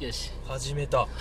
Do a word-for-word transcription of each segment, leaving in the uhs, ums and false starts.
よし始めた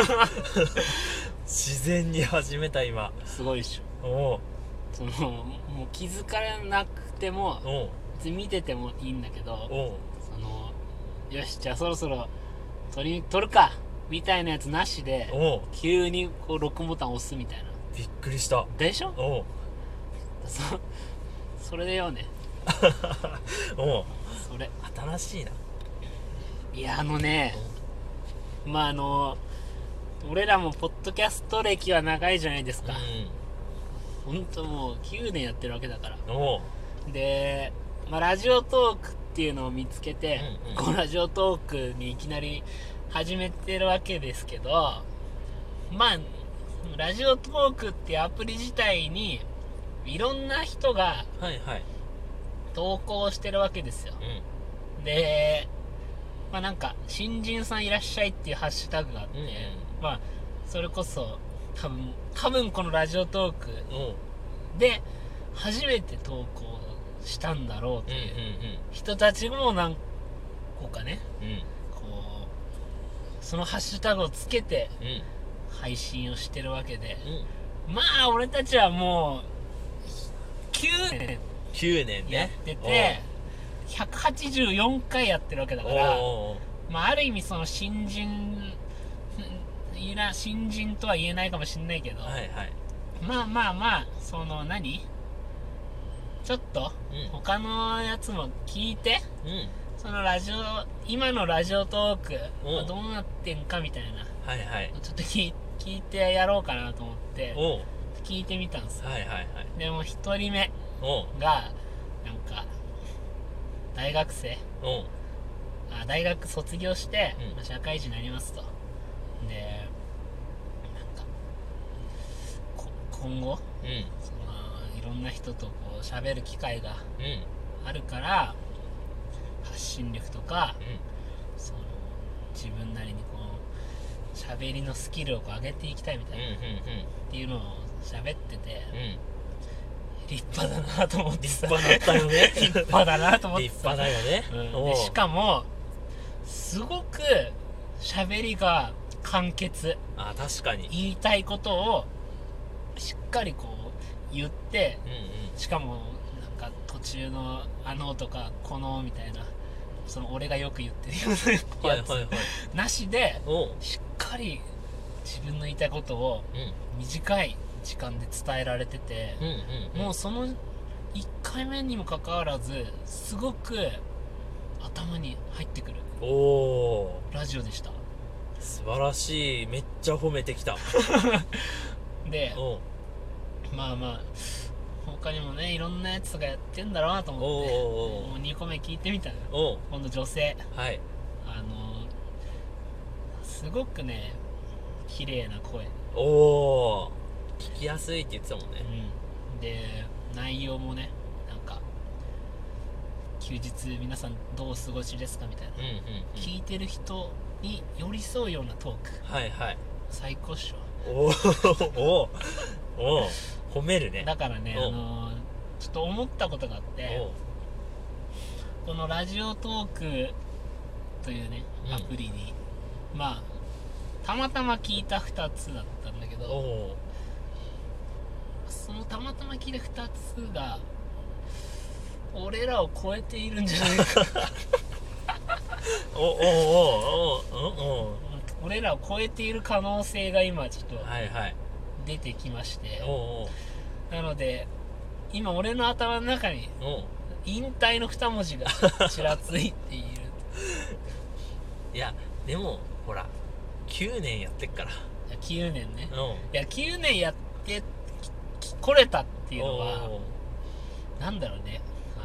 自然に始めた今。 すごいっしょ。 おうそのもう気づかなくてもおう別に見ててもいいんだけど、 おうそのよしじゃあそろそろ撮り撮るかみたいなやつなしでおう急にこう録音ボタン押すみたいなびっくりした。 でしょ。 おうそそれでよねおうそれ新しいな。 いやあのねまああの俺らもポッドキャスト歴は長いじゃないですか。ほんともうきゅうねんやってるわけだから。 うんおうで、まあ、ラジオトークっていうのを見つけて、 うんうんこのラジオトークにいきなり始めてるわけですけど、まあラジオトークっていうアプリ自体にいろんな人がはいはい投稿してるわけですよ。 うんでまあなんか新人さんいらっしゃいっていうハッシュタグがあって、 うんうんまあそれこそ多分多分このラジオトークおうで初めて投稿したんだろううんうんという人たちも何個かね、 うんうんこうそのハッシュタグをつけてうん配信をしてるわけで、 うんまあ俺たちはもうきゅうねきゅうねんんやっねててひゃくはちじゅうよんかいやってるわけだから、 おうおうおうまあある意味その新人いら新人とは言えないかもしんないけど、 はいはいまあまあまあその何ちょっとうん他のやつも聞いて、 うんそのラジオ今のラジオトークおはどうなってんかみたいなはいはいちょっと聞い聞いてやろうかなと思っておう聞いてみたんですよ。 はいはいはいでも一人目おうがなんか大学生おうあ大学卒業して、 うんまあ社会人になりますと。でなんかこ今後うんそのいろんな人とこう喋る機会がうんあるから発信力とかうその自分なりにこう喋りのスキルをこう上げていきたいみたいな、 んうんうんっていうのを喋っててうんうん立派だなと思ってさ立派だったよね立派だなと思って立さ派だよね、 うん、でしかもすごく喋りが簡潔、 あ確かに言いたいことをしっかりこう言って、 うんしかもなんか途中のあのとかこのみたいなその俺がよく言ってるよううんなやつはいはいはいなしでおうしっかり自分の言いたいことをうん短い時間で伝えられてて、 うんうんもうそのいっかいめにもかかわらずすごく頭に入ってくるおおラジオでした。 素晴らしい。めっちゃ褒めてきたでおうまあまあ他にもねいろんなやつがやってんだろうなと思っておうおうおうもうにこめ聞いてみたのよ。 おう今度女性はいあのすごくね綺麗な声、 おお聞きやすいって言ってたもんねうん、で内容もねなんか休日皆さんどうお過ごしですかみたいな、 うんうんうん聞いてる人に寄り添うようなトークはいはい最高っしょ。 おーおーおー褒めるねだからね、 おあのーちょっと思ったことがあっておうこのラジオトークというねうんアプリに、まあたまたま聞いたふたつだったんだけどおうそのたまたま聞いたふたつが俺らを超えているんじゃないかおおおおおお俺らを超えている可能性が今ちょっとはいはい出てきましておうなので今俺の頭の中におうおう引退の二文字がちらついているいやでもほらきゅうねんやってっからいやきゅうねんねおういやきゅうねんやってき来れたっていうのはおうなんだろうねあの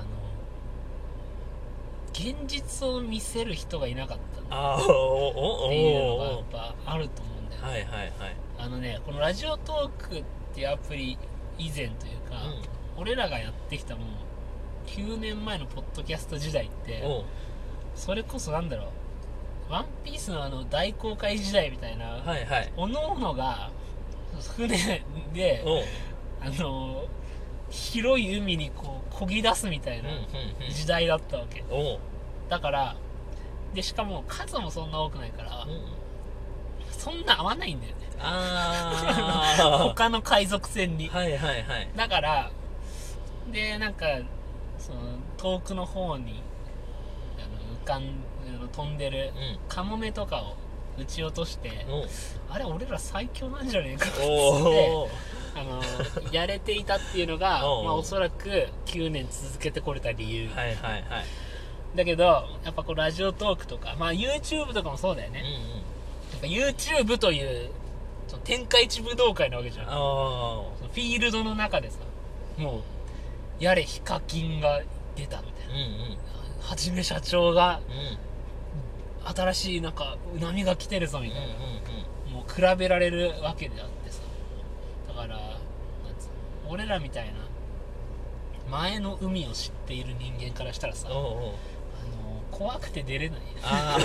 現実を見せる人がいなかったあーおおおおっていうのがやおっぱあると思うんだよね、 はいはいはいあのねこのラジオトークっていうアプリ以前というか、俺らがやってきたもうきゅうねんまえのポッドキャスト時代っておうそれこそなんだろうワンピースのあの大航海時代みたいな、 はいはいおのおのが船でおうあの広い海にこう漕ぎ出すみたいなうんうんうん時代だったわけ、 おうだからでしかも数もそんな多くないから、 うん、 そんな合わないんだよね。 ああ他の海賊船に。 はいはいはい。 だからでなんかその遠くの方にあの浮かんあの飛んでるカモメとかを撃ち落として、 うん、 あれ俺ら最強なんじゃねえかっつっておあのやれていたっていうのがおうおうまあおそらくきゅうねん続けてこれた理由、 はいはいはい。 だけどやっぱこうラジオトークとか、まあ YouTube とかもそうだよね、 うんうん、 やっぱ YouTube というその天下一武道会なわけじゃん。 あそのフィールドの中でさ、もうやれヒカキンが出たみたいな、 うんうんはじめ社長がうん新しいなんか波が来てるぞみたいな、 うんうんうん、 もう比べられるわけであってさ、だからなんつうの俺らみたいな前の海を知っている人間からしたらさ、 おうおう、 あの怖くて出れない。 あ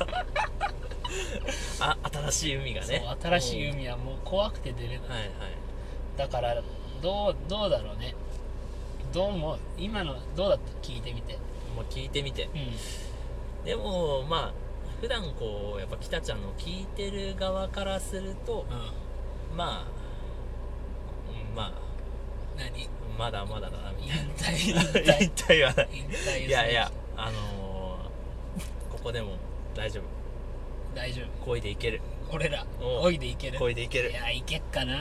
あ新しい海がね。 そう新しい海はもう怖くて出れない、 はいはい。 だからどうどうだろうね。どうも今のどうだった聞いてみて。 もう聞いてみて。 うん。 でもまあ普段こうやっぱ北ちゃんの聞いてる側からすると、 うん、 まあまあ何まだまだだなみ引たい退引な。 退引退はない。 引退いやいやあのー、ここでも大丈夫。 大丈夫。 恋でいける。 俺らおう恋でいける。 恋でいける。 いやいけっかな。 い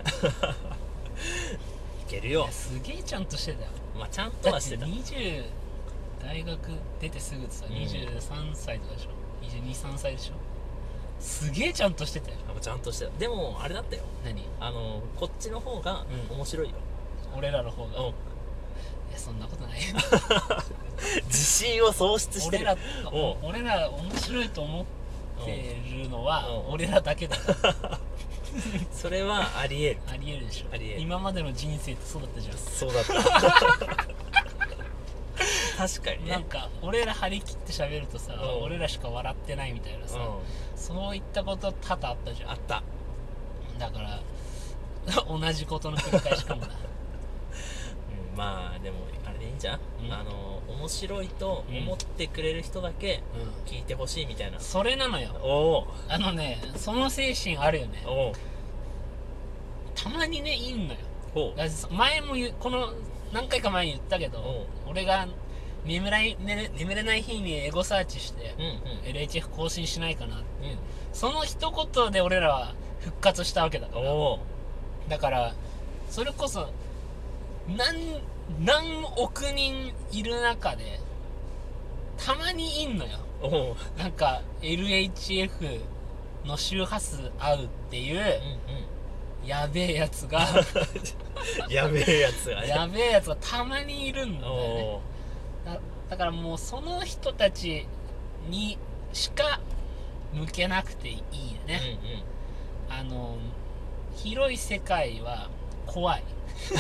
けるよ。 すげえちゃんとしてたよ。 まあちゃんとはしてた。 にじゅう大学出てすぐってさ、 うんにじゅうさんさいとかでしょ。にじゅうに、さんさいでしょ。すげえちゃんとしてたよ。 やっぱちゃんとしてた。でもあれだったよ。 何？ あのこっちの方がうん面白いよ。 俺らの方が。 うんいやそんなことないよ。 自信を喪失してる。 俺らおう俺ら面白いと思ってるのはうん俺らだけだからそれはありえる。 ありえるでしょ。 ありえる。 今までの人生ってそうだったじゃん。 そうだった確かにね。 なんか俺ら張り切って喋るとさ、 うん俺らしか笑ってないみたいなさ、 うそういったこと多々あったじゃん、 ん。 あった。 だから同じことの繰り返しかもなうん、まあでもあれでいいんじゃん、 うん、 あの面白いと思ってくれる人だけ聞いてほしいみたいな、 うん、それなのよ。 おおあのねその精神あるよね。 おたまにねいいんのよ。 お前もこの何回か前に言ったけど、俺が眠らい、ね、眠れない日にエゴサーチして、 うんうん、 エルエイチエフ 更新しないかなって、 うん、 その一言で俺らは復活したわけだから。 おだからそれこそ何何億人いる中でたまにいんのよ。 おなんか エルエイチエフ の周波数合うっていう、 うんうん、やべえやつがやべえやつがねやべえやつがたまにいるんだよね。だ, だからもうその人たちにしか向けなくていいよね、うんうん、あの広い世界は怖い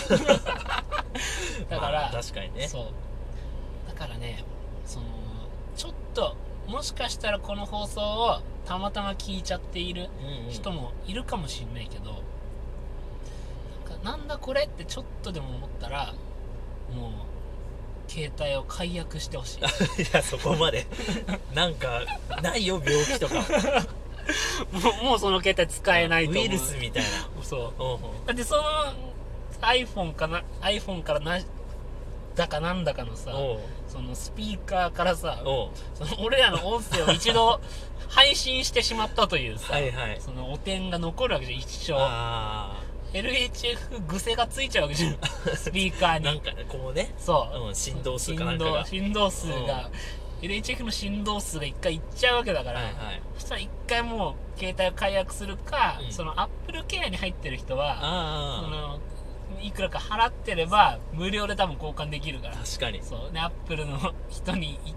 だから、 まあ、確かにね。 そうだからね、そのちょっともしかしたらこの放送をたまたま聞いちゃっている人もいるかもしれないけど、うんうん、なんかなんだこれってちょっとでも思ったらもう携帯を解約してほしいいやそこまでなんかないよ病気とかもう、もうその携帯使えないと思う。 ウイルスみたいな。 そうおうおうだってその iPhone かな iPhone からなだかなんだかのさ、そのスピーカーからさ、その俺らの音声を一度配信してしまったというさ、 はいはい、 その汚点が残るわけじゃん、一生。あ エルエイチエフ 癖がついちゃうわけじゃんスピーカーになんかこうね、 そう、 うん、振動数かなんかが振動数が エルエイチエフ の振動数が一回いっちゃうわけだから、はいはい、そしたら一回もう携帯を解約するか、うん、その Apple Care に入ってる人はそのいくらか払ってれば無料で多分交換できるから。 確かにそうで Apple の人に行って、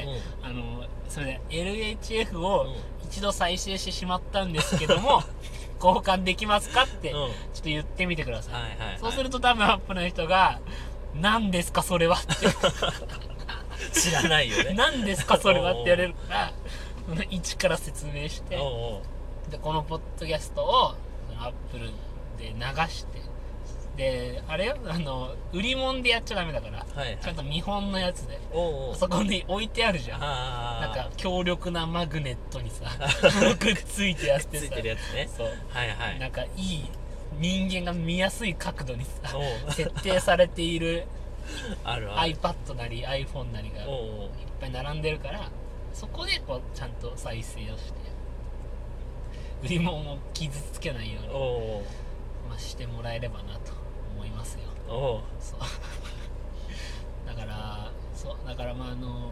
うん、あのそれで エルエイチエフ を一度再生してしまったんですけども、うん交換できますかってちょっと言ってみてください、うんはいはいはい、そうすると多分アップの人が何ですかそれはって知らないよね何ですかそれはって言われるから一から説明しておうおうでこのポッドキャストをアップルで流してであれよ、あの売り物でやっちゃダメだから、 はいはい、 ちゃんと見本のやつで、 おうおう、 そこに置いてあるじゃん。 あなんか強力なマグネットにさくっついてやってさ、 ついてるやつね。 そう、 はいはい、 なんかいい人間が見やすい角度にさおう設定されているあるある iPad なり iPhone なりがいっおうおう、 ぱい並んでるから、そこでこうちゃんと再生をして売り物を傷つけないように、 おうおう、 まあ、してもらえればなと思いますよ。 おう、 そうだからそうだからまああの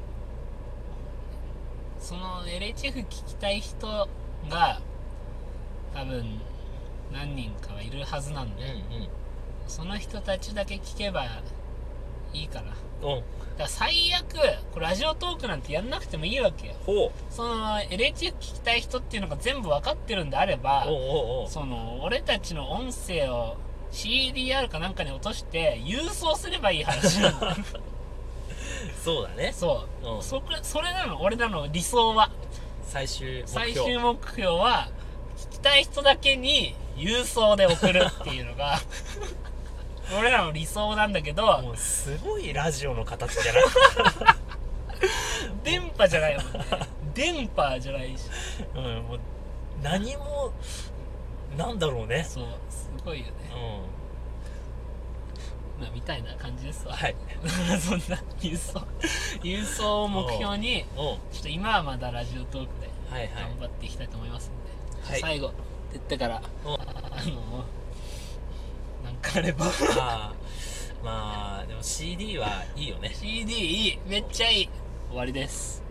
その エルエイチエフ 聞きたい人が多分何人かはいるはずなんで、 うんうん、 その人たちだけ聞けばいいから。 おう、 だから最悪これラジオトークなんてやんなくてもいいわけよ。 ほう、 その エルエイチエフ 聞きたい人っていうのが全部分かってるんであれば、 おうおうおう、 その俺たちの音声を シーディーアール かなんかに落として郵送すればいい話なんだそうだね。 そう、 うん、 それそれなの俺らの理想は。 最終目標、 最終目標は聞きたい人だけに郵送で送るっていうのが俺らの理想なんだけど、 もうすごいラジオの形じゃない電波じゃないもんね電波じゃないし、 うん、もう何もなんだろうね。 そうすごいよね、 うん、 まあみたいな感じですわ。 はいそんな郵送郵送を目標におう、 ちょっと今はまだラジオトークではいはい、 頑張っていきたいと思いますんで、 はい最後って言ってからおう、 あのなんかあればあまあでも シーディー はいいよね。 シーディー いい、めっちゃいい。終わりです。